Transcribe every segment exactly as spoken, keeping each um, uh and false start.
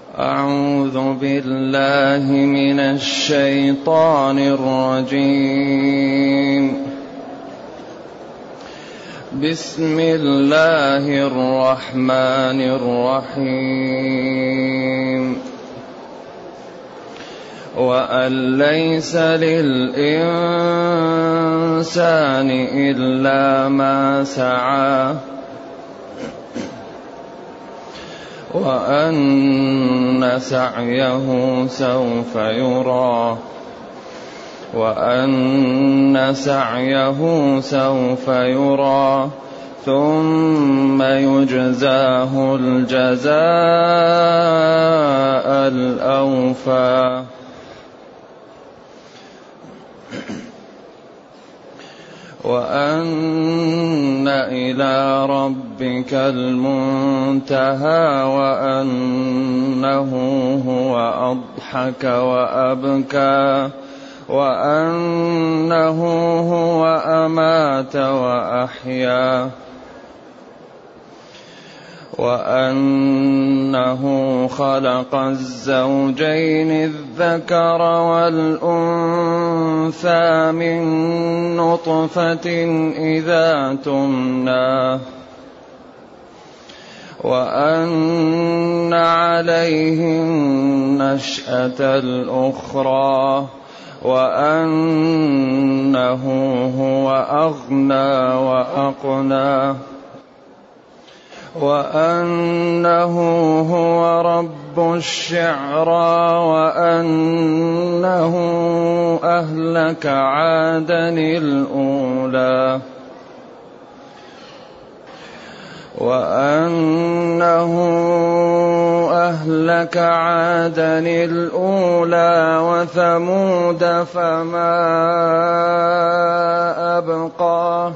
أعوذ بالله من الشيطان الرجيم. بسم الله الرحمن الرحيم. وأن ليس للإنسان إلا ما سعى وأن سعيه سوف يرى وأن سعيه سوف يرى ثم يجزاه الجزاء الأوفى وأن إلى ربك المنتهى وأنه هو أضحك وأبكى وأنه هو أمات وأحيا وأنه خلق الزوجين الذكر والأنثى من نطفة إذا تمنى وأن عليه النشأة الأخرى وأنه هو أغنى وأقنى وأنه هو رب الشعرى وأنه أهلك عادا الأولى وأنه أهلك عادا الأولى وثمود فما أبقى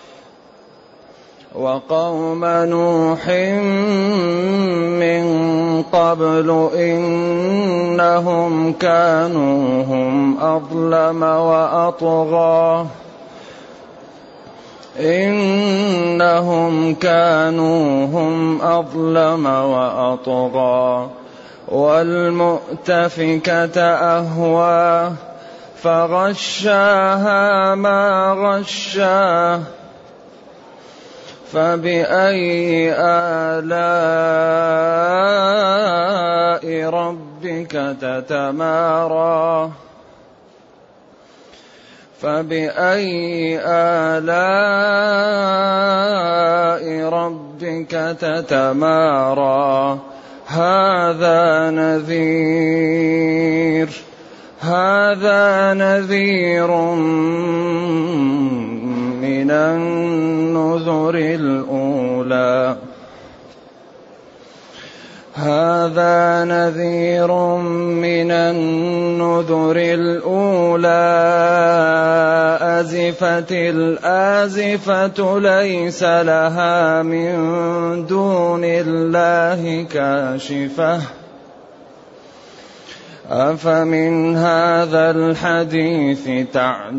وقوم نوح من قبل إنهم كانوا هم أظلم وأطغى إنهم كانوا هم أظلم وأطغى والمؤتفكة أهوى فغشاها ما غشاه فبأي آلاء ربك تتمارى فبأي آلاء ربك تتمارى هذا نذير هذا نذير من النذر الأولى هذا نذير من النذر الأولى أزفت الآزفة ليس لها من دون الله كاشفة أفمن هذا الحديث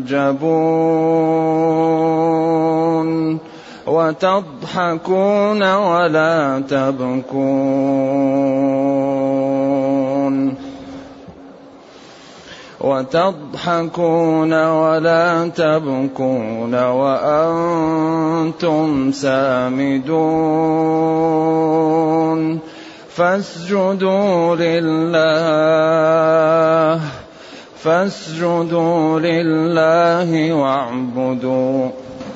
تعجبون وتضحكون ولا تبكون وتضحكون ولا تبكون وأنتم سامدون فاسجدوا لله فاسجدوا لله واعبدوا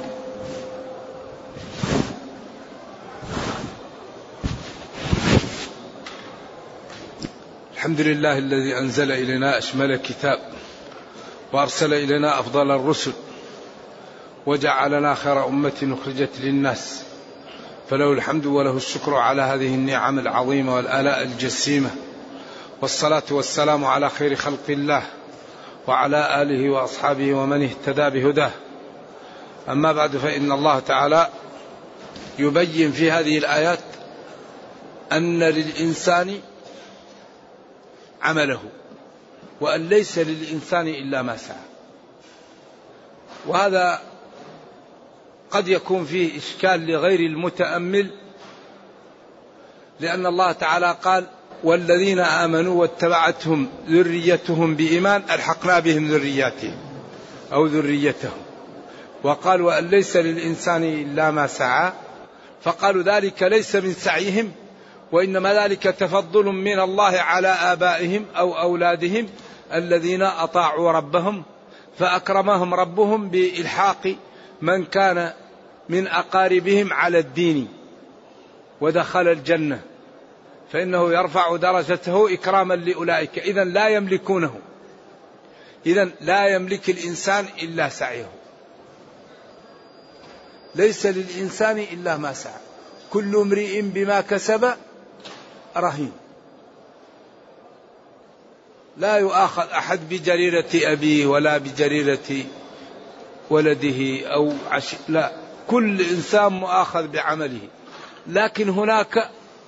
الحمد لله الذي أنزل إلينا أشمل كتاب وأرسل إلينا أفضل الرسل وجعلنا خير أمة أخرجت للناس فله الحمد وله الشكر على هذه النعم العظيمة والآلاء الجسيمة والصلاة والسلام على خير خلق الله وعلى آله وأصحابه ومن اهتدى بهداه. أما بعد فإن الله تعالى يبين في هذه الآيات أن للإنسان عمله وأن ليس للإنسان إلا ما سعى، وهذا قد يكون فيه إشكال لغير المتأمل، لأن الله تعالى قال والذين آمنوا واتبعتهم ذريتهم بإيمان ألحقنا بهم ذرياتهم أو ذريتهم. وقال وأن ليس للإنسان إلا ما سعى، فقالوا ذلك ليس من سعيهم وإنما ذلك تفضل من الله على آبائهم أو أولادهم الذين أطاعوا ربهم فأكرمهم ربهم بإلحاق من كان من أقاربهم على الدين ودخل الجنة، فإنه يرفع درجته إكراما لأولئك. إذن لا يملكونه، إذن لا يملك الإنسان إلا سعيه، ليس للإنسان إلا ما سعى، كل امرئ بما كسب رهين. لا يؤاخذ أحد بجريرة أبيه ولا بجريرة ولده أو عش... لا، كل إنسان مؤاخذ بعمله. لكن هناك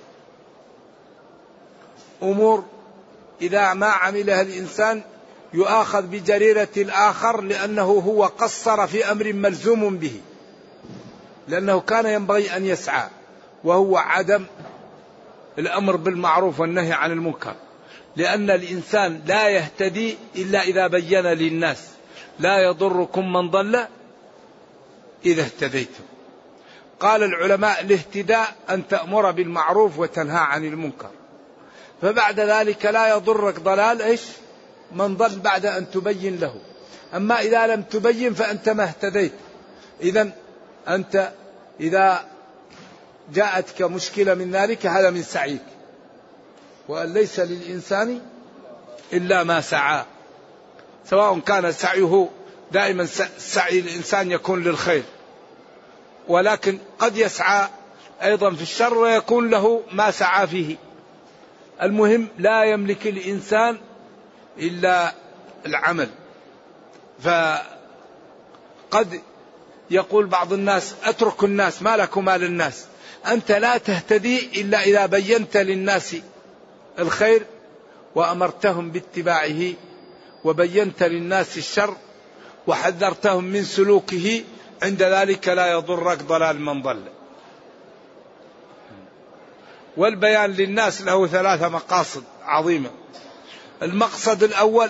أمور إذا ما عملها الإنسان يؤاخذ بجريرة الآخر لأنه هو قصر في أمر ملزوم به، لأنه كان ينبغي أن يسعى، وهو عدم الأمر بالمعروف والنهي عن المنكر. لأن الإنسان لا يهتدي إلا إذا بين للناس لا يضركم من ضل إذا اهتديتم. قال العلماء الاهتداء أن تأمر بالمعروف وتنهى عن المنكر، فبعد ذلك لا يضرك ضلال إيش من ضل بعد أن تبين له. أما إذا لم تبين فأنت ما اهتديت. إذن أنت إذا جاءتك مشكلة من ذلك هذا من سعيك، وأن ليس للإنسان إلا ما سعى، سواء كان سعيه دائما سعي الإنسان يكون للخير، ولكن قد يسعى أيضا في الشر ويكون له ما سعى فيه. المهم لا يملك الإنسان إلا العمل. فقد يقول بعض الناس اترك الناس ما لك مال الناس. أنت لا تهتدي إلا إذا بينت للناس الخير وأمرتهم باتباعه، وبينت للناس الشر وحذرتهم من سلوكه، عند ذلك لا يضرك ضلال من ضل. والبيان للناس له ثلاثة مقاصد عظيمة. المقصد الأول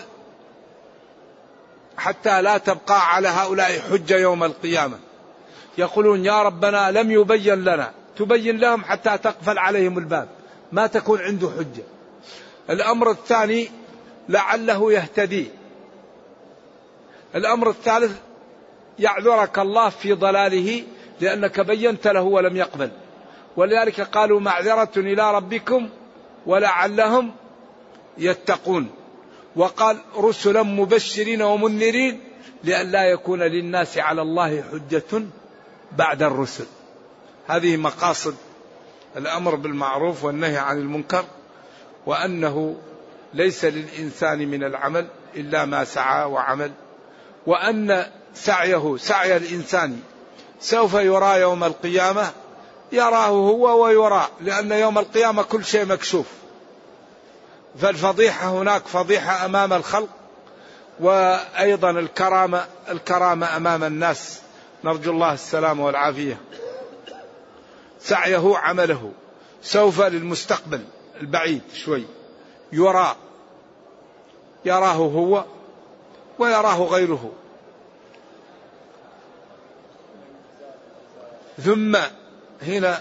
حتى لا تبقى على هؤلاء حجة يوم القيامة، يقولون يا ربنا لم يبين لنا، تبين لهم حتى تقفل عليهم الباب ما تكون عنده حجة. الأمر الثاني لعله يهتدي. الأمر الثالث يعذرك الله في ضلاله لأنك بينت له ولم يقبل، ولذلك قالوا معذرة إلى ربكم ولعلهم يتقون. وقال رسلا مبشرين ومنذرين لئلا يكون للناس على الله حجة بعد الرسل. هذه مقاصد الأمر بالمعروف والنهي عن المنكر، وأنه ليس للإنسان من العمل إلا ما سعى وعمل، وأن سعيه سعي الإنسان سوف يرى يوم القيامة، يراه هو ويرى، لأن يوم القيامة كل شيء مكشوف. فالفضيحة هناك فضيحة أمام الخلق، وأيضا الكرامة الكرامة أمام الناس، نرجو الله السلامة والعافية. سعيه عمله سوف للمستقبل البعيد شوي يرى، يراه هو ويراه غيره. ثم هنا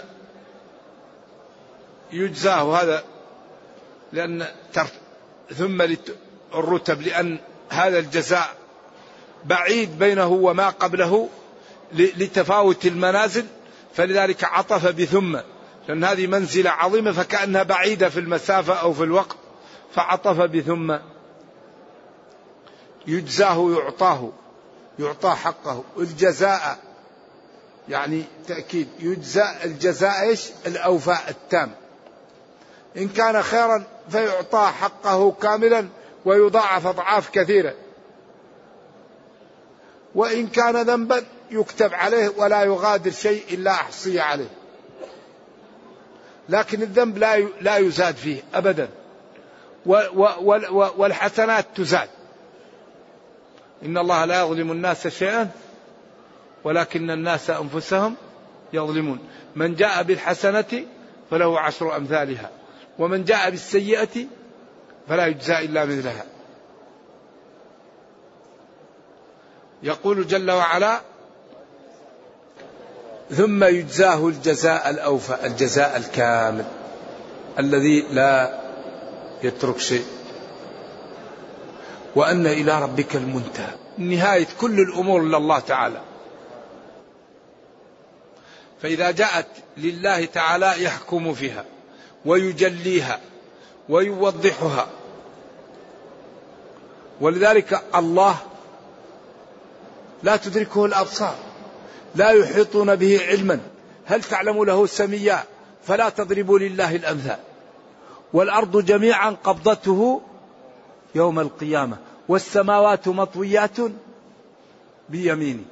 يجزاه هذا لأن ثم الرتب، لأن هذا الجزاء بعيد بينه وما قبله لتفاوت المنازل، فلذلك عطف بثم، لأن هذه منزلة عظيمة فكأنها بعيدة في المسافة أو في الوقت، فعطف بثم. يجزاه يعطاه، يعطى حقه. الجزاء يعني تأكيد، يجزى الجزاء إيش الأوفاء التام. إن كان خيرا فيعطى حقه كاملا ويضاعف أضعاف كثيرة، وإن كان ذنبا يكتب عليه ولا يغادر شيء إلا أحصي عليه. لكن الذنب لا لا يزاد فيه أبدا، والحسنات تزاد. إن الله لا يظلم الناس شيئا ولكن الناس أنفسهم يظلمون. من جاء بالحسنة فله عشر أمثالها ومن جاء بالسيئة فلا يجزى إلا مثلها. يقول جل وعلا ثم يجزاه الجزاء الأوفى، الجزاء الكامل الذي لا يترك شيء. وأن إلى ربك المنتهى، نهاية كل الأمور لله تعالى. فإذا جاءت لله تعالى يحكم فيها ويجليها ويوضحها. ولذلك الله لا تدركه الأبصار، لا يحيطون به علما، هل تعلم له سميا، فلا تضربوا لله الأمثال. والأرض جميعا قبضته يوم القيامة والسماوات مطويات بيمينه.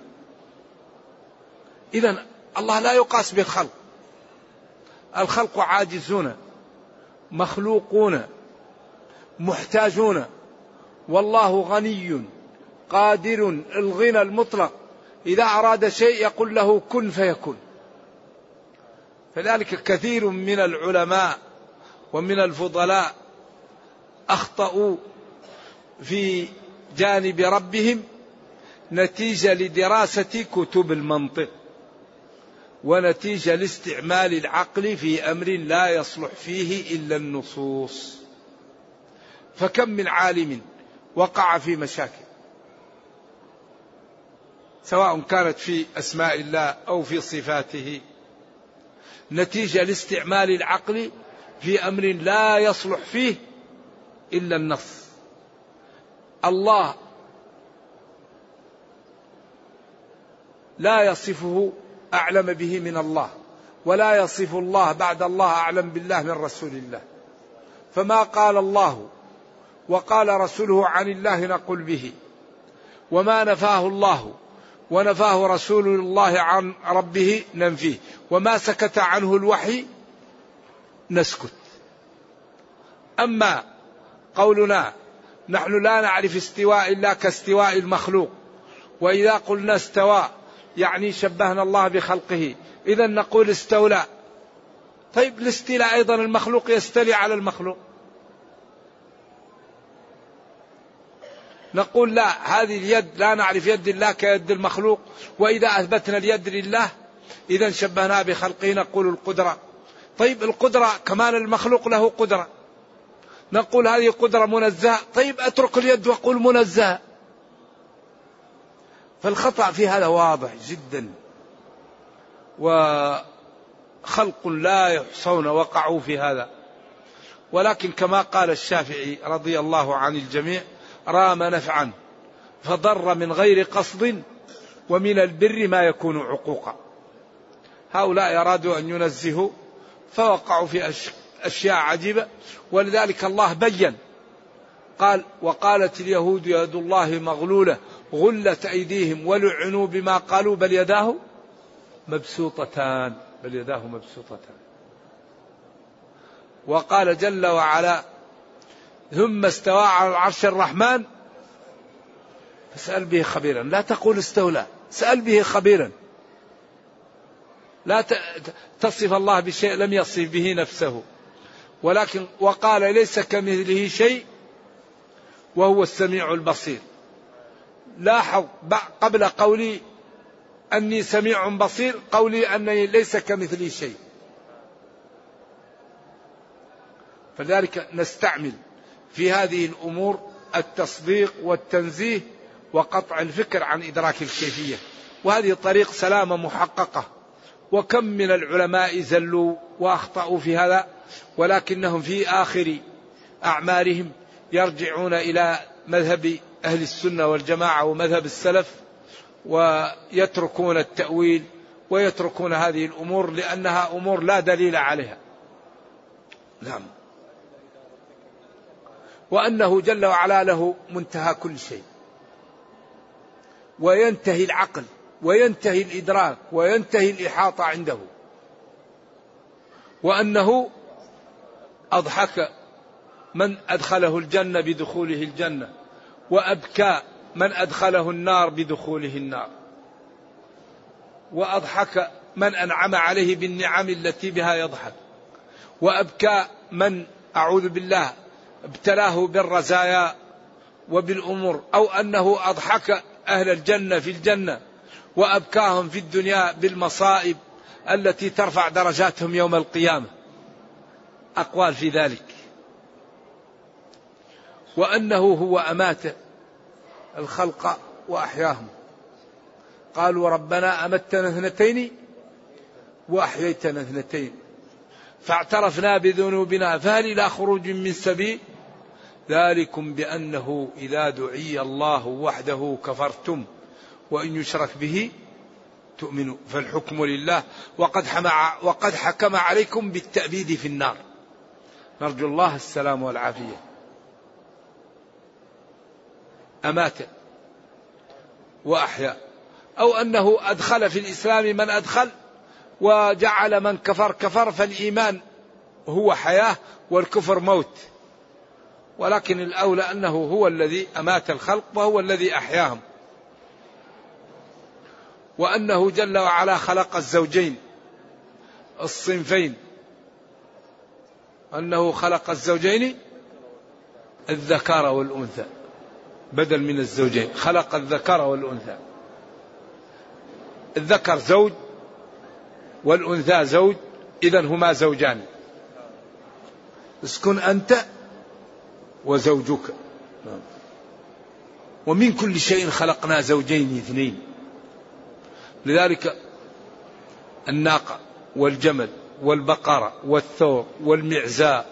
إذن الله لا يقاس بالخلق، الخلق عاجزون مخلوقون محتاجون، والله غني قادر الغنى المطلق، إذا أراد شيء يقول له كن فيكون. فذلك كثير من العلماء ومن الفضلاء أخطأوا في جانب ربهم نتيجة لدراسة كتب المنطق ونتيجة لاستعمال العقل في أمر لا يصلح فيه إلا النصوص. فكم من عالم وقع في مشاكل سواء كانت في أسماء الله أو في صفاته نتيجة لاستعمال العقل في أمر لا يصلح فيه إلا النص. الله لا يصفه أعلم به من الله، ولا يصف الله بعد الله أعلم بالله من رسول الله. فما قال الله وقال رسوله عن الله نقول به، وما نفاه الله ونفاه رسول الله عن ربه ننفيه، وما سكت عنه الوحي نسكت. أما قولنا نحن لا نعرف استواء إلا كاستواء المخلوق، وإذا قلنا استوى يعني شبهنا الله بخلقه، إذا نقول استولى. طيب الاستيلاء أيضا المخلوق يستلي على المخلوق، نقول لا، هذه اليد لا نعرف يد الله كيد المخلوق، وإذا أثبتنا اليد لله إذا شبهنا بخلقه نقول القدرة. طيب القدرة كمان المخلوق له قدرة، نقول هذه قدرة منزهة. طيب أترك اليد وأقول منزهة. فالخطأ في هذا واضح جدا، وخلق لا يحصون وقعوا في هذا. ولكن كما قال الشافعي رضي الله عن الجميع رام نفعا فضر من غير قصد ومن البر ما يكون عقوقا. هؤلاء أرادوا أن ينزهوا فوقعوا في أشياء عجيبة. ولذلك الله بين قال وقالت اليهود يد الله مغلولة غلت أيديهم ولعنوا بما قالوا بل يداه مبسوطتان بل يداه مبسوطتان. وقال جل وعلا ثم استوى على العرش الرحمن فاسأل به خبيرا. لا تقول استولى، سأل به خبيرا. لا تصف الله بشيء لم يصف به نفسه. ولكن وقال ليس كمثله شيء وهو السميع البصير. لاحظ قبل قولي أني سميع بصير قولي أني ليس كمثلي شيء. فلذلك نستعمل في هذه الأمور التصديق والتنزيه وقطع الفكر عن إدراك الكيفية، وهذه طريق سلامة محققة. وكم من العلماء زلوا وأخطأوا في هذا، ولكنهم في آخر أعمارهم يرجعون إلى مذهب أهل السنة والجماعة ومذهب السلف، ويتركون التأويل ويتركون هذه الأمور لأنها أمور لا دليل عليها. نعم. وأنه جل وعلا له منتهى كل شيء، وينتهي العقل وينتهي الإدراك وينتهي الإحاطة عنده. وأنه أضحك من أدخله الجنة بدخوله الجنة، وأبكى من أدخله النار بدخوله النار، وأضحك من أنعم عليه بالنعم التي بها يضحك، وأبكى من أعوذ بالله ابتلاه بالرزايا وبالأمور، أو أنه أضحك أهل الجنة في الجنة وأبكاهم في الدنيا بالمصائب التي ترفع درجاتهم يوم القيامة. أقوال في ذلك. وأنه هو أمات الخلق وأحياهم. قالوا ربنا أمتنا اثنتين وأحييتنا اثنتين فاعترفنا بذنوبنا فهل إلى خروج من سبيل ذلكم بأنه إذا دعي الله وحده كفرتم وإن يشرك به تؤمنوا فالحكم لله وقد, وقد حكم عليكم بالتأبيد في النار. نرجو الله السلام والعافية. أمات وأحيا، أو أنه أدخل في الإسلام من أدخل وجعل من كفر كفر، فالإيمان هو حياة والكفر موت، ولكن الأولى أنه هو الذي أمات الخلق وهو الذي أحياهم. وأنه جل وعلا خلق الزوجين الصنفين، أنه خلق الزوجين الذكر والأنثى بدل من الزوجين، خلق الذكر والأنثى. الذكر زوج والأنثى زوج، إذن هما زوجان. اسكن أنت وزوجك. ومن كل شيء خلقنا زوجين اثنين. لذلك الناقة والجمل والبقرة والثور والمعزاء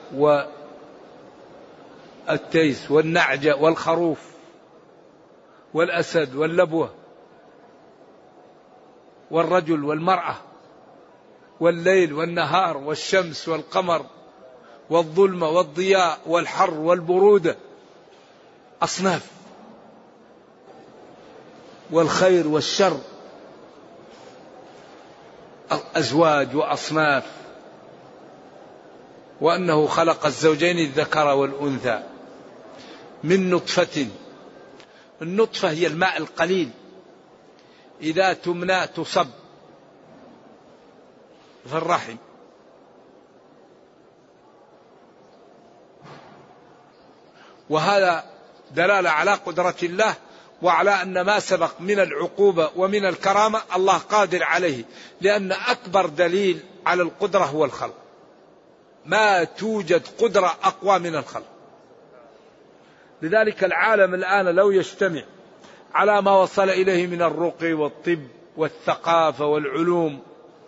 والتيس والنعجة والخروف والأسد واللبوة والرجل والمرأة والليل والنهار والشمس والقمر والظلمة والضياء والحر والبرودة، أصناف، والخير والشر أزواج وأصناف. وأنه خلق الزوجين الذكر والأنثى من نطفة. النطفة هي الماء القليل، إذا تمنى تصب في الرحم، وهذا دلالة على قدرة الله وعلى أن ما سبق من العقوبة ومن الكرامة الله قادر عليه، لأن أكبر دليل على القدرة هو الخلق. ما توجد قدرة أقوى من الخلق. لذلك العالم الآن لو يجتمع على ما وصل إليه من الرقي والطب والثقافة والعلوم،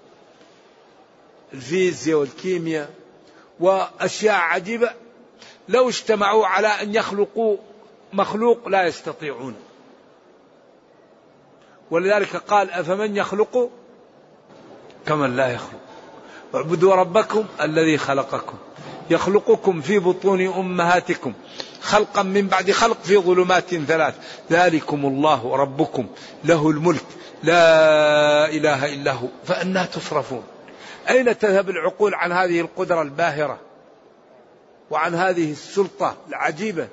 الفيزياء والكيمياء وأشياء عجيبة، لو اجتمعوا على أن يخلقوا مخلوق لا يستطيعون. ولذلك قال أفمن يخلق كمن لا يخلق اعبدوا ربكم الذي خلقكم يخلقكم في بطون أمهاتكم خلقا من بعد خلق في ظلمات ثلاث ذلكم الله ربكم له الملك لا إله إلا هو فأنى تصرفون. أين تذهب العقول عن هذه القدرة الباهرة وعن هذه السلطة العجيبة؟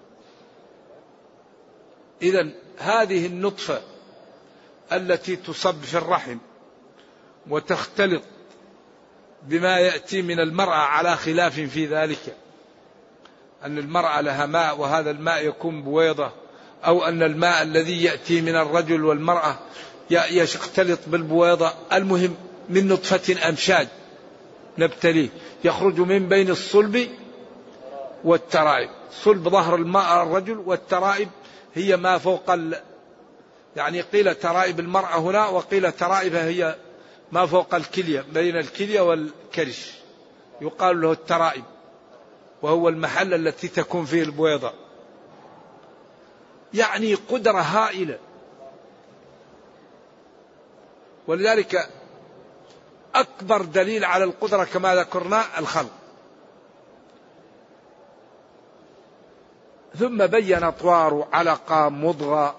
إذن هذه النطفة التي تصب في الرحم وتختلط بما يأتي من المرأة على خلاف في ذلك، أن المرأة لها ماء وهذا الماء يكون بويضة، أو أن الماء الذي يأتي من الرجل والمرأة يختلط بالبويضة. المهم من نطفة أمشاج نبتليه يخرج من بين الصلب والترائب. صلب ظهر الماء الرجل، والترائب هي ما فوق ال... يعني قيل ترائب المرأة هنا وقيل ترائبها هي ما فوق الكلية، بين الكلية والكرش يقال له الترائب، وهو المحل التي تكون فيه البويضة. يعني قدرة هائلة. ولذلك أكبر دليل على القدرة كما ذكرنا الخلق. ثم بين أطوار علقة مضغة،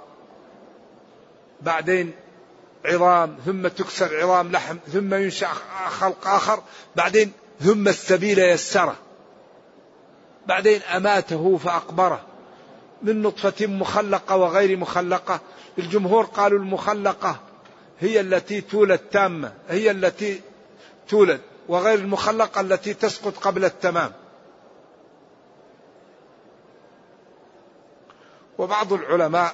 بعدين عظام، ثم تكسر عظام لحم، ثم ينشأ خلق آخر، بعدين ثم السبيل يسره، بعدين أماته فأقبره من نطفة مخلقة وغير مخلقة. الجمهور قالوا المخلقة هي التي تولد تامة، هي التي تولد، وغير المخلقة التي تسقط قبل التمام. وبعض العلماء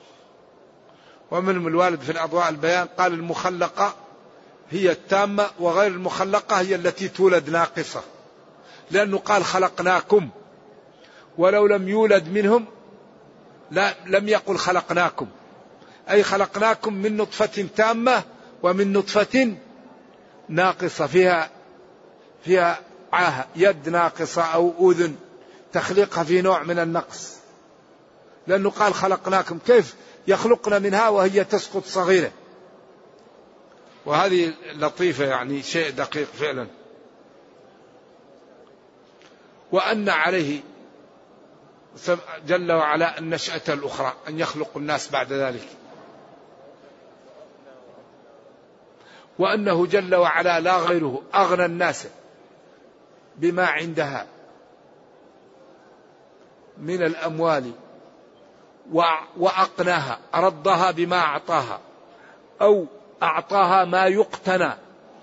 ومنهم الوالد في الأضواء البيان قال المخلقة هي التامة وغير المخلقة هي التي تولد ناقصة، لأنه قال خلقناكم، ولو لم يولد منهم لا لم يقل خلقناكم، أي خلقناكم من نطفة تامة ومن نطفة ناقصة فيها فيها عاهة، يد ناقصة أو أذن تخلقها في نوع من النقص، لأنه قال خلقناكم، كيف يخلقنا منها وهي تسقط صغيرة؟ وهذه لطيفة يعني شيء دقيق فعلا. وأن عليه جل وعلا النشأة الأخرى، أن يخلق الناس بعد ذلك، وأنه جل وعلا لا غيره أغنى الناس بما عندها من الأموال وأقناها، أرضها بما أعطاها أو أعطاها ما يقتنى.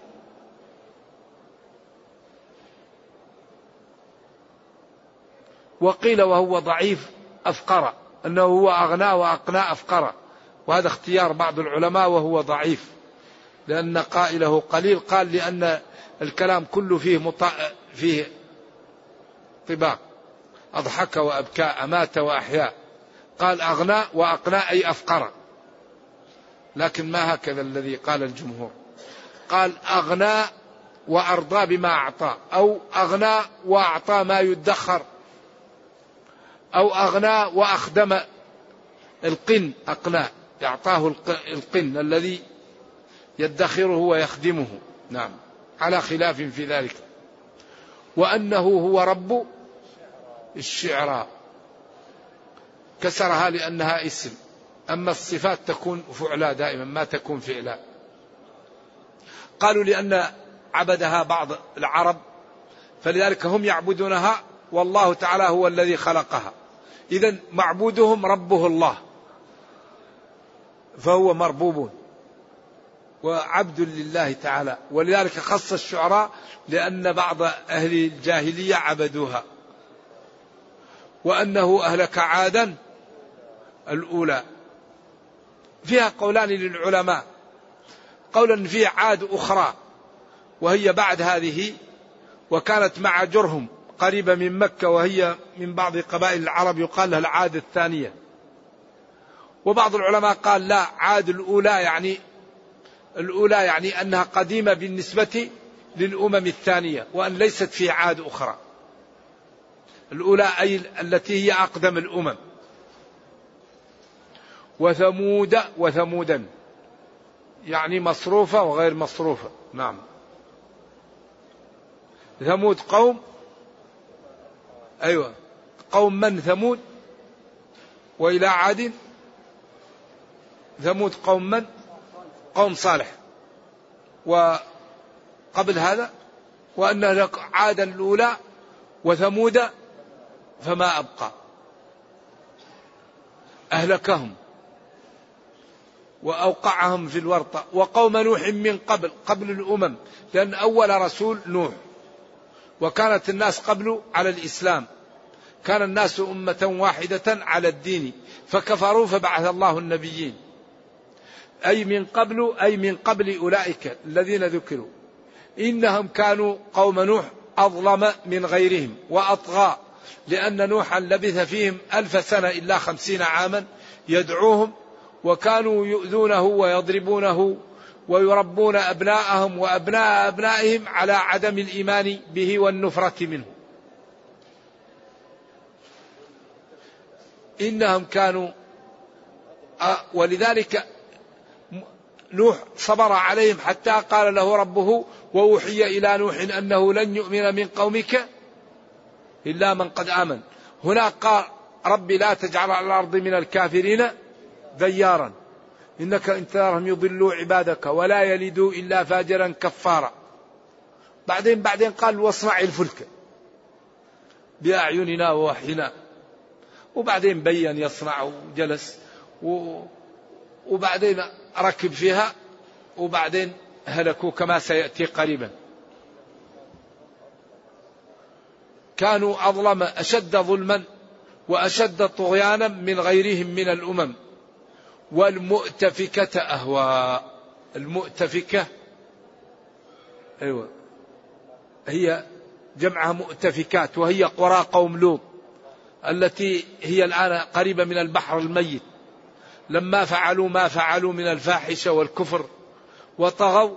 وقيل وهو ضعيف أفقر، أنه هو أغنى وأقنى أفقر، وهذا اختيار بعض العلماء وهو ضعيف، لأن قائله قليل، قال لأن الكلام كله فيه مطا... فيه طباق، أضحك وأبكى، أمات وأحيا، قال أغنى وأقنى أي أفقر، لكن ما هكذا الذي قال الجمهور، قال أغنى وأرضى بما أعطى، أو أغنى وأعطى ما يدخر، أو أغنى وأخدم القن، أقنى يعطاه القن الذي يدخره ويخدمه، نعم على خلاف في ذلك. وأنه هو رب الشعراء، كسرها لأنها اسم، أما الصفات تكون فعلا دائما ما تكون فعلا. قالوا لأن عبدها بعض العرب فلذلك هم يعبدونها، والله تعالى هو الذي خلقها، إذن معبودهم ربه الله، فهو مربوب وعبد لله تعالى. ولذلك خص الشعراء لأن بعض أهل الجاهلية عبدوها. وأنه أهلك عادا الأولى، فيها قولان للعلماء، قولا في عاد أخرى وهي بعد هذه، وكانت مع جرهم قريبة من مكة، وهي من بعض قبائل العرب يقال لها العاد الثانية. وبعض العلماء قال لا، عاد الأولى يعني الأولى يعني أنها قديمة بالنسبة للأمم الثانية، وأن ليست في عاد أخرى. الأولى أي التي هي أقدم الأمم. وثمود وثمودا يعني مصروفة وغير مصروفة، نعم. ثمود قوم، أيوة قوم من ثمود، وإلى عاد ثمود قوم من؟ قوم صالح. وقبل هذا وأن لك عادا الأولى وثمود فما أبقى، أهلكهم وأوقعهم في الورطة. وقوم نوح من قبل، قبل الأمم، لأن أول رسول نوح، وكانت الناس قبل على الإسلام، كان الناس أمة واحدة على الدين فكفروا فبعث الله النبيين، أي من قبل أي من قبل أولئك الذين ذكروا، إنهم كانوا قوم نوح أظلم من غيرهم وأطغى، لأن نوحا لبث فيهم ألف سنة إلا خمسين عاما يدعوهم، وكانوا يؤذونه ويضربونه ويربون أبناءهم وأبناء أبنائهم على عدم الإيمان به والنفرة منه. إنهم كانوا ولذلك نوح صبر عليهم حتى قال له ربه وأوحي إلى نوح أنه لن يؤمن من قومك إلا من قد آمن. هنا قال ربي لا تجعل على الأرض من الكافرين ديارا إنك إن تذرهم يضلوا عبادك ولا يلدوا إلا فاجرا كفارا. بعدين بعدين قال واصنع الفلك بأعيننا ووحينا، وبعدين بين يصنع وجلس و... وبعدين ركب فيها، وبعدين هلكوا كما سيأتي قريبا. كانوا أظلم أشد ظلما وأشد طغيانا من غيرهم من الأمم. والمؤتفكة أهوى. المؤتفكة أيوة هي جمعها مؤتفكات، وهي قرى قوم لوط التي هي الآن قريبة من البحر الميت، لما فعلوا ما فعلوا من الفاحشة والكفر وطغوا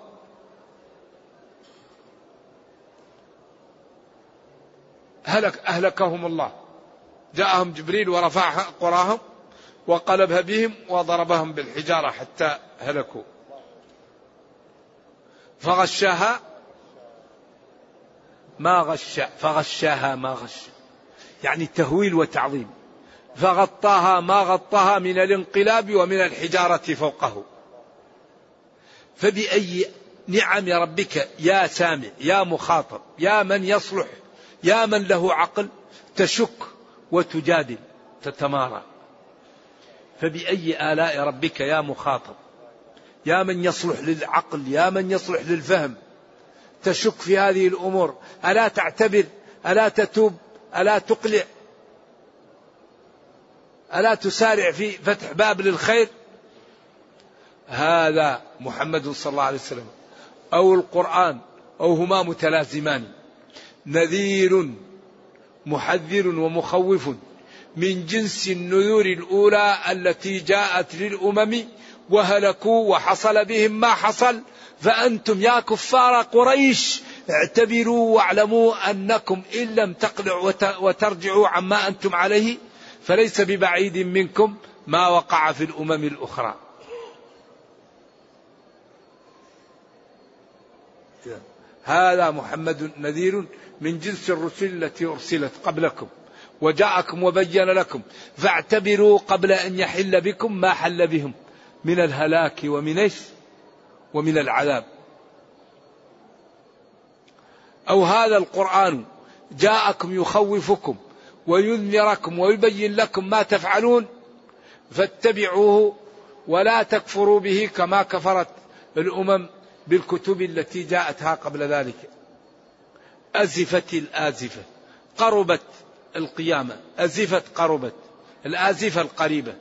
هلك أهلكهم الله. جاءهم جبريل ورفع قراهم وقلبها بهم وضربهم بالحجارة حتى هلكوا. فغشاها ما غش فغشاها ما غش، يعني تهويل وتعظيم. فغطاها ما غطاها من الانقلاب ومن الحجارة فوقه. فبأي نعم ربك يا سامع يا مخاطب يا من يصلح يا من له عقل تشك وتجادل تتمارى. فبأي آلاء ربك يا مخاطب يا من يصلح للعقل يا من يصلح للفهم تشك في هذه الأمور؟ ألا تعتبر؟ ألا تتوب؟ ألا تقلع؟ ألا تسارع في فتح باب للخير؟ هذا محمد صلى الله عليه وسلم أو القرآن أو هما متلازمان. نذير محذر ومخوف من جنس النذور الأولى التي جاءت للأمم وهلكوا وحصل بهم ما حصل. فأنتم يا كفار قريش اعتبروا واعلموا أنكم إن لم تقلعوا وترجعوا عما أنتم عليه فليس ببعيد منكم ما وقع في الأمم الأخرى. هذا محمد نذير من جنس الرسل التي أرسلت قبلكم وجاءكم وبين لكم فاعتبروا قبل أن يحل بكم ما حل بهم من الهلاك ومن إيش ومن العذاب. أو هذا القرآن جاءكم يخوفكم وينذركم ويبين لكم ما تفعلون فاتبعوه ولا تكفروا به كما كفرت الأمم بالكتب التي جاءتها قبل ذلك. أزفت الآزفة قربت القيامة. أزفت قربت، الآزفة القريبة.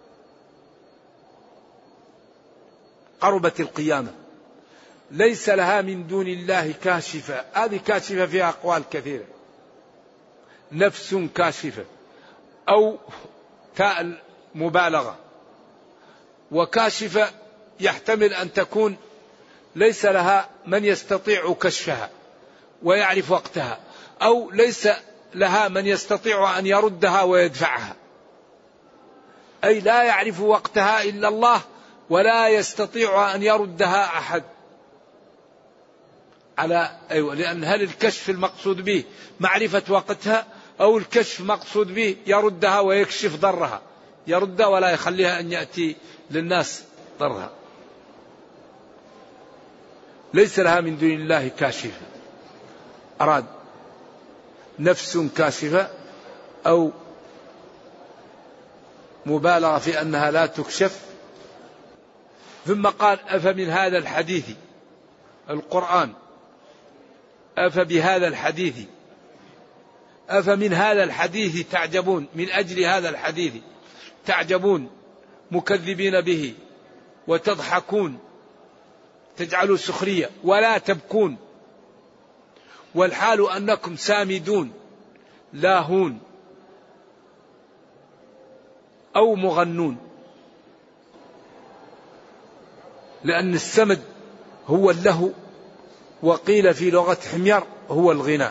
قربت القيامة ليس لها من دون الله كاشفة. هذه كاشفة فيها أقوال كثيرة. نفس كاشفة أو تاء مبالغة. وكاشفة يحتمل أن تكون ليس لها من يستطيع كشفها ويعرف وقتها، أو ليس لها من يستطيع أن يردها ويدفعها، أي لا يعرف وقتها إلا الله ولا يستطيع أن يردها أحد. على أيوة لأن هل الكشف المقصود به معرفة وقتها أو الكشف مقصود به يردها ويكشف ضرها؟ يردها ولا يخليها أن يأتي للناس ضرها. ليس لها من دون الله كاشفة. أراد نفس كاشفة أو مبالغة في أنها لا تكشف. ثم قال أفمن هذا الحديث القرآن أفبهذا الحديث أفمن هذا الحديث تعجبون، من أجل هذا الحديث تعجبون مكذبين به وتضحكون تجعلوا سخرية ولا تبكون والحال أنكم سامدون لاهون أو مغنون. لأن السمد هو اللهو، وقيل في لغة حمير هو الغناء.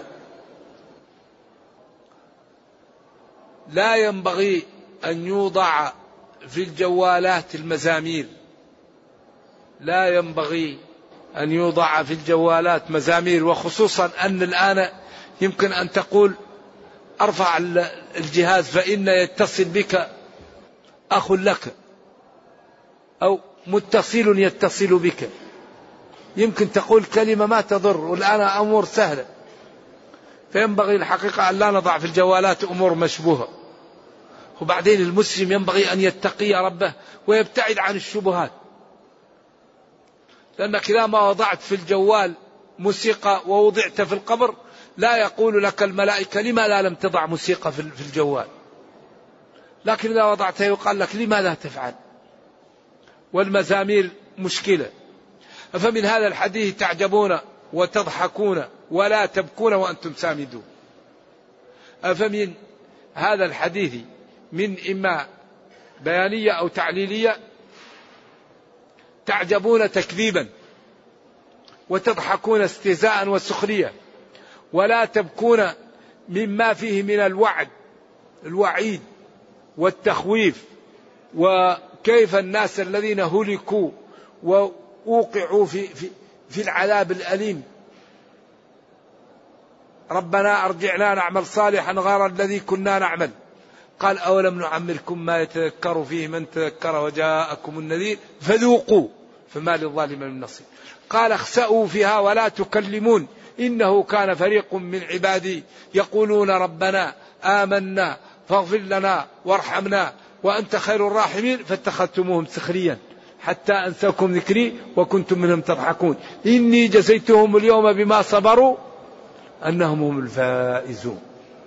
لا ينبغي أن يوضع في الجوالات المزامير. لا ينبغي أن يوضع في الجوالات مزامير، وخصوصا أن الآن يمكن أن تقول أرفع الجهاز فإن يتصل بك أخ لك أو متصل يتصل بك. يمكن تقول كلمة ما تضر، والآن أمور سهلة. فينبغي الحقيقة أن لا نضع في الجوالات أمور مشبوهة. وبعدين المسلم ينبغي أن يتقي ربه ويبتعد عن الشبهات، لأنك إذا ما وضعت في الجوال موسيقى ووضعت في القبر لا يقول لك الملائكة لما لا لم تضع موسيقى في الجوال. لكن إذا وضعته يقال لك لماذا تفعل؟ والمزامير مشكلة. فمن هذا الحديث تعجبون وتضحكون ولا تبكون وأنتم سامدون. أفمن هذا الحديث من إما بيانية أو تعليلية، تعجبون تكذيبا وتضحكون استهزاء وسخرية ولا تبكون مما فيه من الوعد الوعيد والتخويف، وكيف الناس الذين هلكوا ووقعوا في, في, في العذاب الأليم. ربنا أرجعنا نعمل صالحا غير الذي كنا نعمل. قال أولم نعمركم ما يتذكر فيه من تذكر وجاءكم النذير فذوقوا فما للظالم من نصير. قال اخسأوا فيها ولا تكلمون إنه كان فريق من عبادي يقولون ربنا آمنا فاغفر لنا وارحمنا وأنت خير الراحمين فاتخذتموهم سخريا حتى أنساكم ذكري وكنتم منهم تضحكون إني جزيتهم اليوم بما صبروا أنهم هم الفائزون.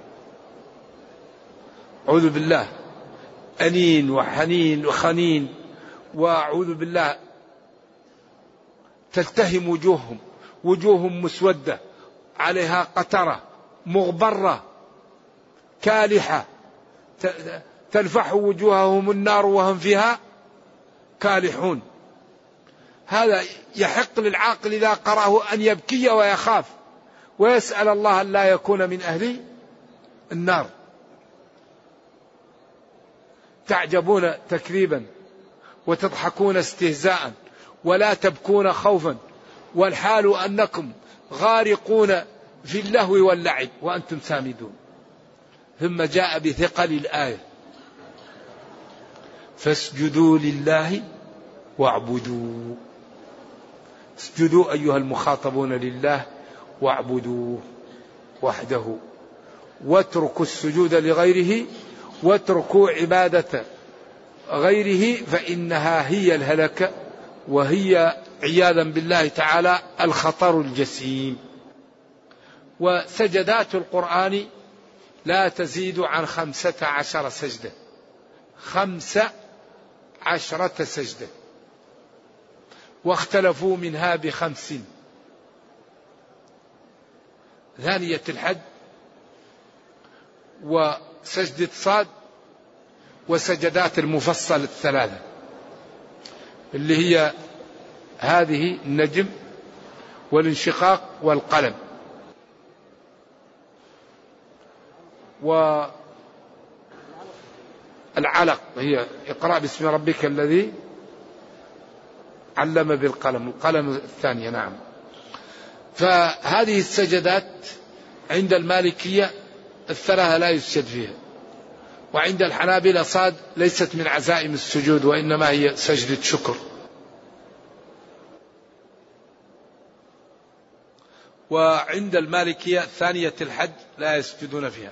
أعوذ بالله أنين وحنين وخنين، وأعوذ بالله تلتهم وجوههم، وجوههم مسودة عليها قترة مغبرة كالحة تلفح وجوههم النار وهم فيها كالحون. هذا يحق للعاقل إذا قرأه أن يبكي ويخاف ويسأل الله أن لا يكون من أهل النار. تعجبون تكذيبا وتضحكون استهزاء ولا تبكون خوفا والحال أنكم غارقون في اللهو واللعب وأنتم سامدون. ثم جاء بثقل الآية فاسجدوا لله واعبدوا. اسجدوا أيها المخاطبون لله واعبدوا وحده، واتركوا السجود لغيره واتركوا عبادة غيره فإنها هي الهلكة وهي عياذا بالله تعالى الخطر الجسيم. وسجدات القرآن لا تزيد عن خمسة عشر سجدة، خمسة عشرة سجدة، واختلفوا منها بخمس: ثانية الحج وسجدة صاد وسجدات المفصل الثلاثة اللي هي هذه النجم والانشقاق والقلم. والعلق هي اقرأ باسم ربك الذي علم بالقلم، القلم الثانية. نعم. فهذه السجدات عند المالكية الثلاثة لا يسجد فيها، وعند الحنابلة صاد ليست من عزائم السجود وإنما هي سجدة شكر. وعند المالكية ثانية الحج لا يسجدون فيها.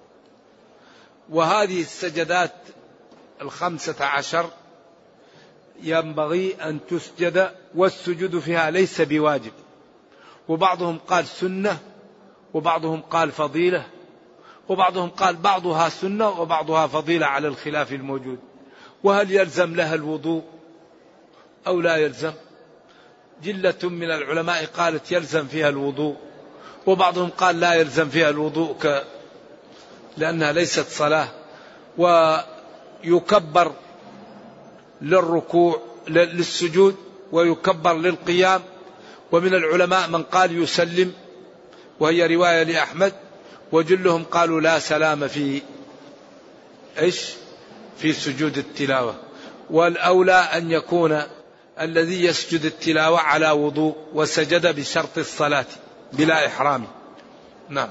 وهذه السجدات الخمسة عشر ينبغي أن تسجد، والسجود فيها ليس بواجب، وبعضهم قال سنة وبعضهم قال فضيلة وبعضهم قال بعضها سنة وبعضها فضيلة على الخلاف الموجود. وهل يلزم لها الوضوء أو لا يلزم؟ جلة من العلماء قالت يلزم فيها الوضوء، وبعضهم قال لا يلزم فيها الوضوء ك... لأنها ليست صلاة. ويكبر للركوع للسجود ويكبر للقيام. ومن العلماء من قال يسلم وهي رواية لأحمد، وجلهم قالوا لا سلام في إيش في سجود التلاوة. والأولى أن يكون الذي يسجد التلاوة على وضوء وسجد بشرط الصلاة بلا إحرام. نعم.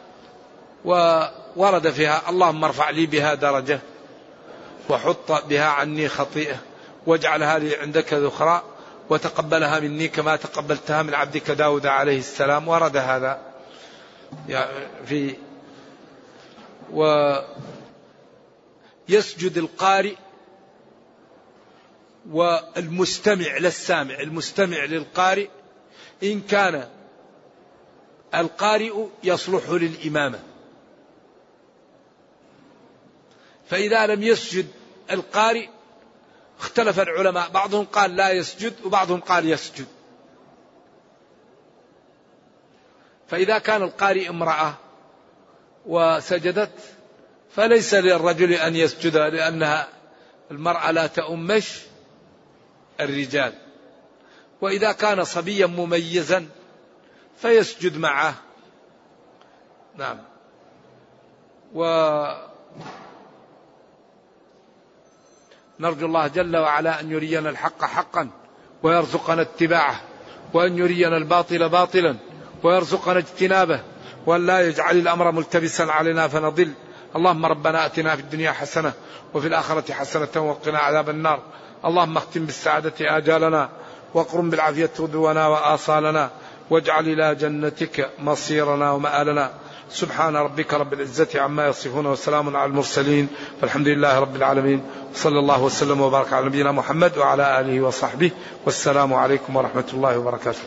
وورد فيها اللهم ارفع لي بها درجة وحط بها عني خطيئة واجعلها لي عندك ذخرا وتقبلها مني كما تقبلتها من عبدك داود عليه السلام. ورد هذا في. ويسجد القارئ والمستمع للسامع، المستمع للقارئ إن كان القارئ يصلح للإمامة، فإذا لم يسجد القارئ اختلف العلماء، بعضهم قال لا يسجد وبعضهم قال يسجد. فإذا كان القارئ امرأة وسجدت فليس للرجل أن يسجد، لأنها المرأة لا تؤمش الرجال. وإذا كان صبيا مميزا فيسجد معه. نعم. ونرجو الله جل وعلا أن يرينا الحق حقا ويرزقنا اتباعه، وأن يرينا الباطل باطلا ويرزقنا اجتنابه، وأن لا يجعل الأمر ملتبسا علينا فنضل. اللهم ربنا أتنا في الدنيا حسنة وفي الآخرة حسنة وقنا عذاب النار. اللهم اختم بالسعادة آجالنا واقرم بالعافية غدونا وآصالنا، واجعل إلى جنتك مصيرنا ومآلنا. سبحان ربك رب العزة عما يصفون وسلام على المرسلين، فالحمد لله رب العالمين، صلى الله وسلم وبارك على نبينا محمد وعلى آله وصحبه، والسلام عليكم ورحمة الله وبركاته.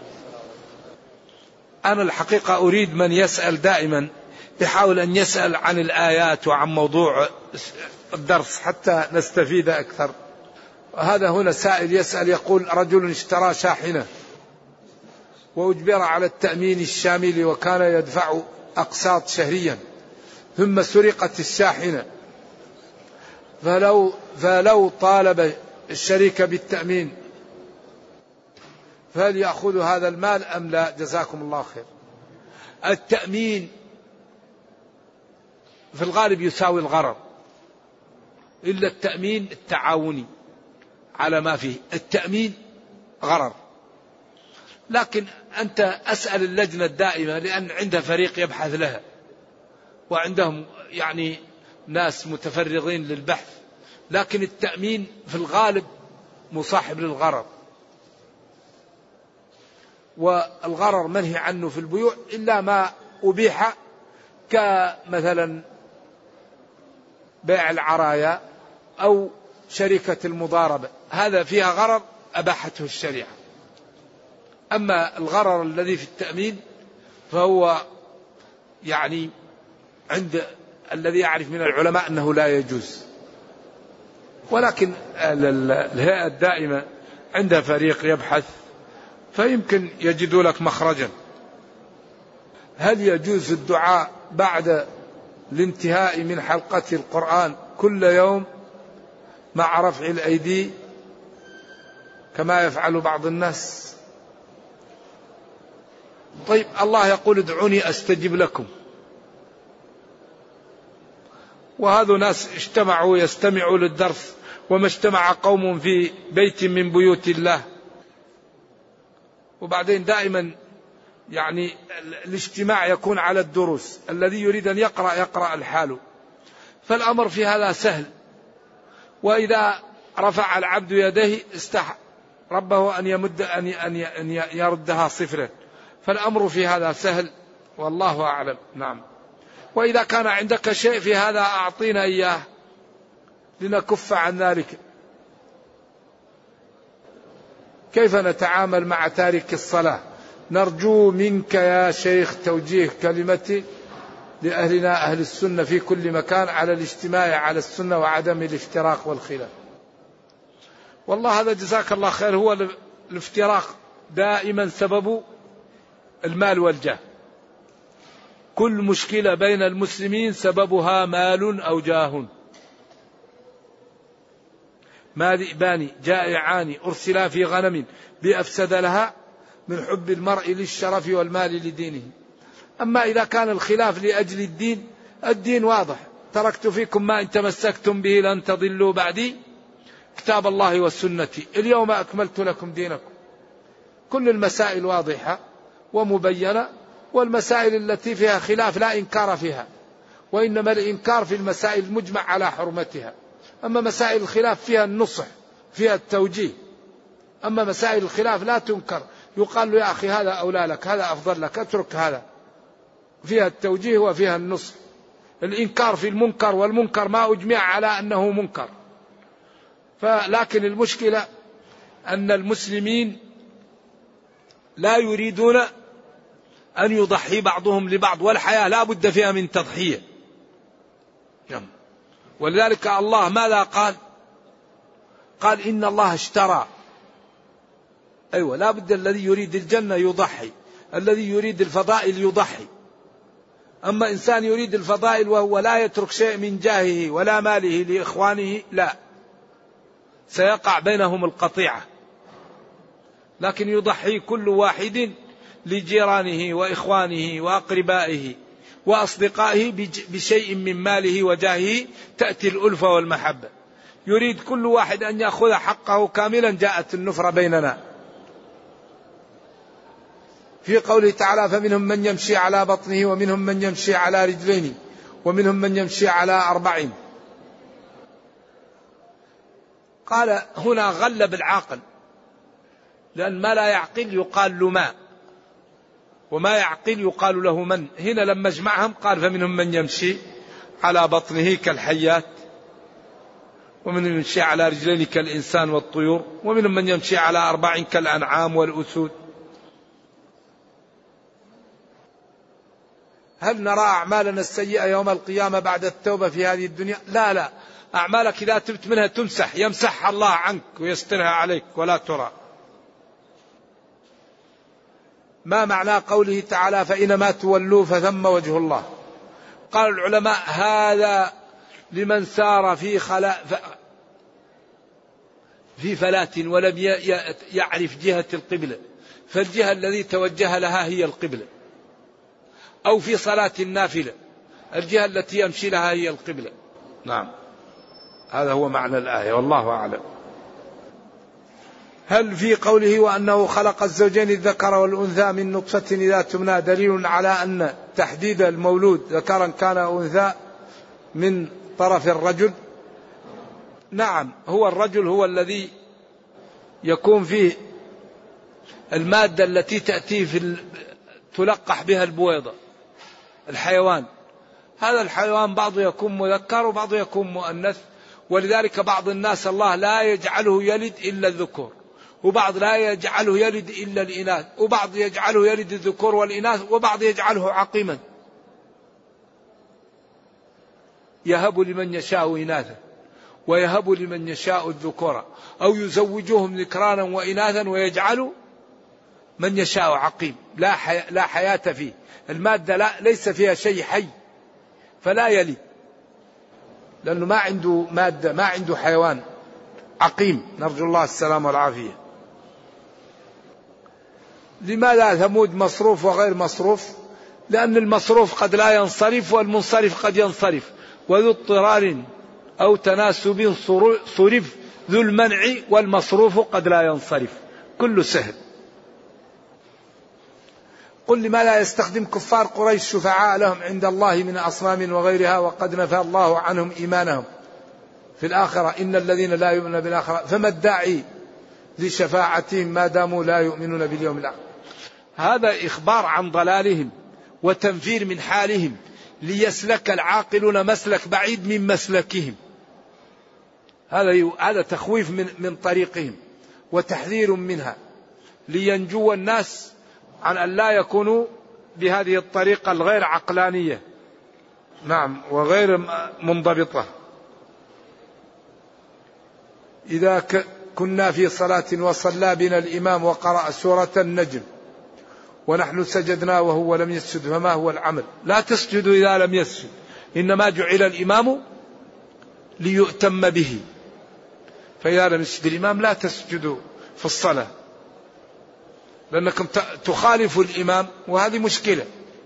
أنا الحقيقة أريد من يسأل دائما يحاول أن يسأل عن الآيات وعن موضوع الدرس حتى نستفيد أكثر. هذا هنا سائل يسأل يقول: رجل اشترى شاحنة وأجبر على التأمين الشامل وكان يدفع أقساط شهريا، ثم سرقت الشاحنة، فلو, فلو طالب الشريك بالتأمين فهل يأخذ هذا المال أم لا؟ جزاكم الله خير. التأمين في الغالب يساوي الغرر، إلا التأمين التعاوني على ما فيه. التأمين غرر، لكن أنت أسأل اللجنة الدائمة لأن عندها فريق يبحث لها، وعندهم يعني ناس متفرغين للبحث، لكن التأمين في الغالب مصاحب للغرر، والغرر منهي عنه في البيوع إلا ما أبيح، كمثلا بيع العرايا أو شركة المضاربة، هذا فيها غرر أباحته الشريعة. أما الغرر الذي في التأمين فهو يعني عند الذي يعرف من العلماء أنه لا يجوز، ولكن الهيئة الدائمة عندها فريق يبحث فيمكن يجدوا لك مخرجا. هل يجوز الدعاء بعد الانتهاء من حلقة القرآن كل يوم مع رفع الأيدي كما يفعل بعض الناس؟ طيب، الله يقول: ادعوني أستجب لكم، وهذا ناس اجتمعوا يستمعوا للدرس، وما اجتمع قوم في بيت من بيوت الله. وبعدين دائما يعني الاجتماع يكون على الدروس، الذي يريد أن يقرأ يقرأ الحال، فالأمر في هذا سهل. وإذا رفع العبد يديه استح ربه أن يمد أن أن يردها صفرا، فالأمر في هذا سهل والله أعلم. نعم. وإذا كان عندك شيء في هذا أعطينا إياه لنكف عن ذلك. كيف نتعامل مع تارك الصلاة؟ نرجو منك يا شيخ توجيه كلمتي لأهلنا أهل السنة في كل مكان على الاجتماع على السنة وعدم الافتراق والخلاف. والله هذا جزاك الله خير، هو الافتراق دائما سبب المال والجاه. كل مشكلة بين المسلمين سببها مال أو جاه. ما ذئبان جائعان أرسلا في غنم بأفسد لها من حب المرء للشرف والمال لدينه. أما إذا كان الخلاف لأجل الدين، الدين واضح: تركت فيكم ما إن تمسكتم به لن تضلوا بعدي كتاب الله والسنة، اليوم أكملت لكم دينكم. كل المسائل واضحة ومبينة، والمسائل التي فيها خلاف لا إنكار فيها، وإنما الإنكار في المسائل المجمع على حرمتها. أما مسائل الخلاف فيها النصح، فيها التوجيه. أما مسائل الخلاف لا تنكر، يقال له: يا أخي هذا أولى لك، هذا أفضل لك، اترك هذا. فيها التوجيه وفيها النصح. الإنكار في المنكر، والمنكر ما أجمع على أنه منكر. فلكن المشكلة أن المسلمين لا يريدون أن يضحي بعضهم لبعض، والحياة لا بد فيها من تضحية. ولذلك الله ماذا قال؟ قال إن الله اشترى. أيوة، لا بد الذي يريد الجنة يضحي، الذي يريد الفضائل يضحي. أما إنسان يريد الفضائل وهو لا يترك شيء من جاهه ولا ماله لإخوانه، لا، سيقع بينهم القطيعة. لكن يضحي كل واحد لجيرانه وإخوانه وأقربائه وأصدقائه بشيء من ماله وجاهه، تأتي الألفة والمحبة. يريد كل واحد أن يأخذ حقه كاملا، جاءت النفرة بيننا. في قوله تعالى فمنهم من يمشي على بطنه ومنهم من يمشي على رجلين ومنهم من يمشي على أربع. قال هنا غلب العاقل، لأن ما لا يعقل يقال له ما، وما يعقل يقال له من. هنا لما اجمعهم قال فمنهم من يمشي على بطنه كالحيات، ومنهم من يمشي على رجلين كالإنسان والطيور، ومنهم من يمشي على أربع كالأنعام والأسود. هل نرى أعمالنا السيئة يوم القيامة بعد التوبة في هذه الدنيا؟ لا لا، أعمالك إذا تبت منها تمسح، يمسح الله عنك ويسترها عليك ولا ترى. ما معنى قوله تعالى فإنما تولوا فثم وجه الله؟ قال العلماء هذا لمن سار في خلاء في فلاة ولم يعرف جهة القبلة، فالجهة الذي توجه لها هي القبلة، أو في صلاة النافلة الجهة التي يمشي لها هي القبلة. نعم، هذا هو معنى الآية والله أعلم. هل في قوله وأنه خلق الزوجين الذكر والأنثى من نطفة إذا تمنى دليل على أن تحديد المولود ذكرا كان أنثى من طرف الرجل؟ نعم، هو الرجل هو الذي يكون فيه المادة التي تأتي في تلقح بها البويضة. الحيوان هذا الحيوان بعضه يكون مذكر وبعضه يكون مؤنث، ولذلك بعض الناس الله لا يجعله يلد إلا الذكور، وبعض لا يجعله يلد إلا الإناث، وبعض يجعله يلد الذكور والإناث، وبعض يجعله عقيما، يهب لمن يشاء إناثا ويهب لمن يشاء الذكور، أو يزوجهم ذكرانا وإناثا ويجعل من يشاء عقيم. لا, حي... لا حياة فيه، المادة لا ليس فيها شيء حي فلا يلد، لأنه ما عنده مادة، ما عنده حيوان عقيم، نرجو الله السلام والعافية. لماذا ثمود مصروف وغير مصروف؟ لأن المصروف قد لا ينصرف والمنصرف قد ينصرف، وذو اضطرار أو تناسب صرف، ذو المنع والمصروف قد لا ينصرف، كله سهل. قل لماذا يستخدم كفار قريش شفعاء لهم عند الله من أصنام وغيرها وقد نفى الله عنهم إيمانهم في الآخرة إن الذين لا يؤمنون بالآخرة، فما الداعي لشفاعتهم ما داموا لا يؤمنون باليوم الآخر؟ هذا إخبار عن ضلالهم وتنفير من حالهم، ليسلك العاقلون مسلك بعيد من مسلكهم. هذا هذا تخويف من من طريقهم وتحذير منها، لينجو الناس عن أن لا يكونوا بهذه الطريقة الغير عقلانية، نعم، وغير منضبطة. إذا كنا في صلاة وصلى بنا الإمام وقرأ سورة النجم ونحن سجدنا وهو لم يسجد فما هو العمل؟ لا تسجدوا إذا لم يسجد، إنما جعل الإمام ليؤتم به، فإذا لم يسجد الإمام لا تسجدوا في الصلاة، لأنكم تخالفوا الإمام، وهذه مشكلة.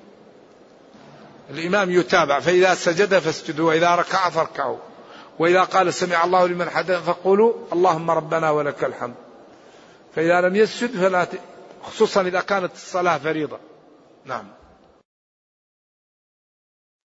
الإمام يتابع، فإذا سجد فاسجدوا وإذا ركع فاركعوا، وإذا قال سمع الله لمن حمده فقولوا اللهم ربنا ولك الحمد. فإذا لم يسجد فلا ت... خصوصا إذا كانت الصلاة فريضة. نعم.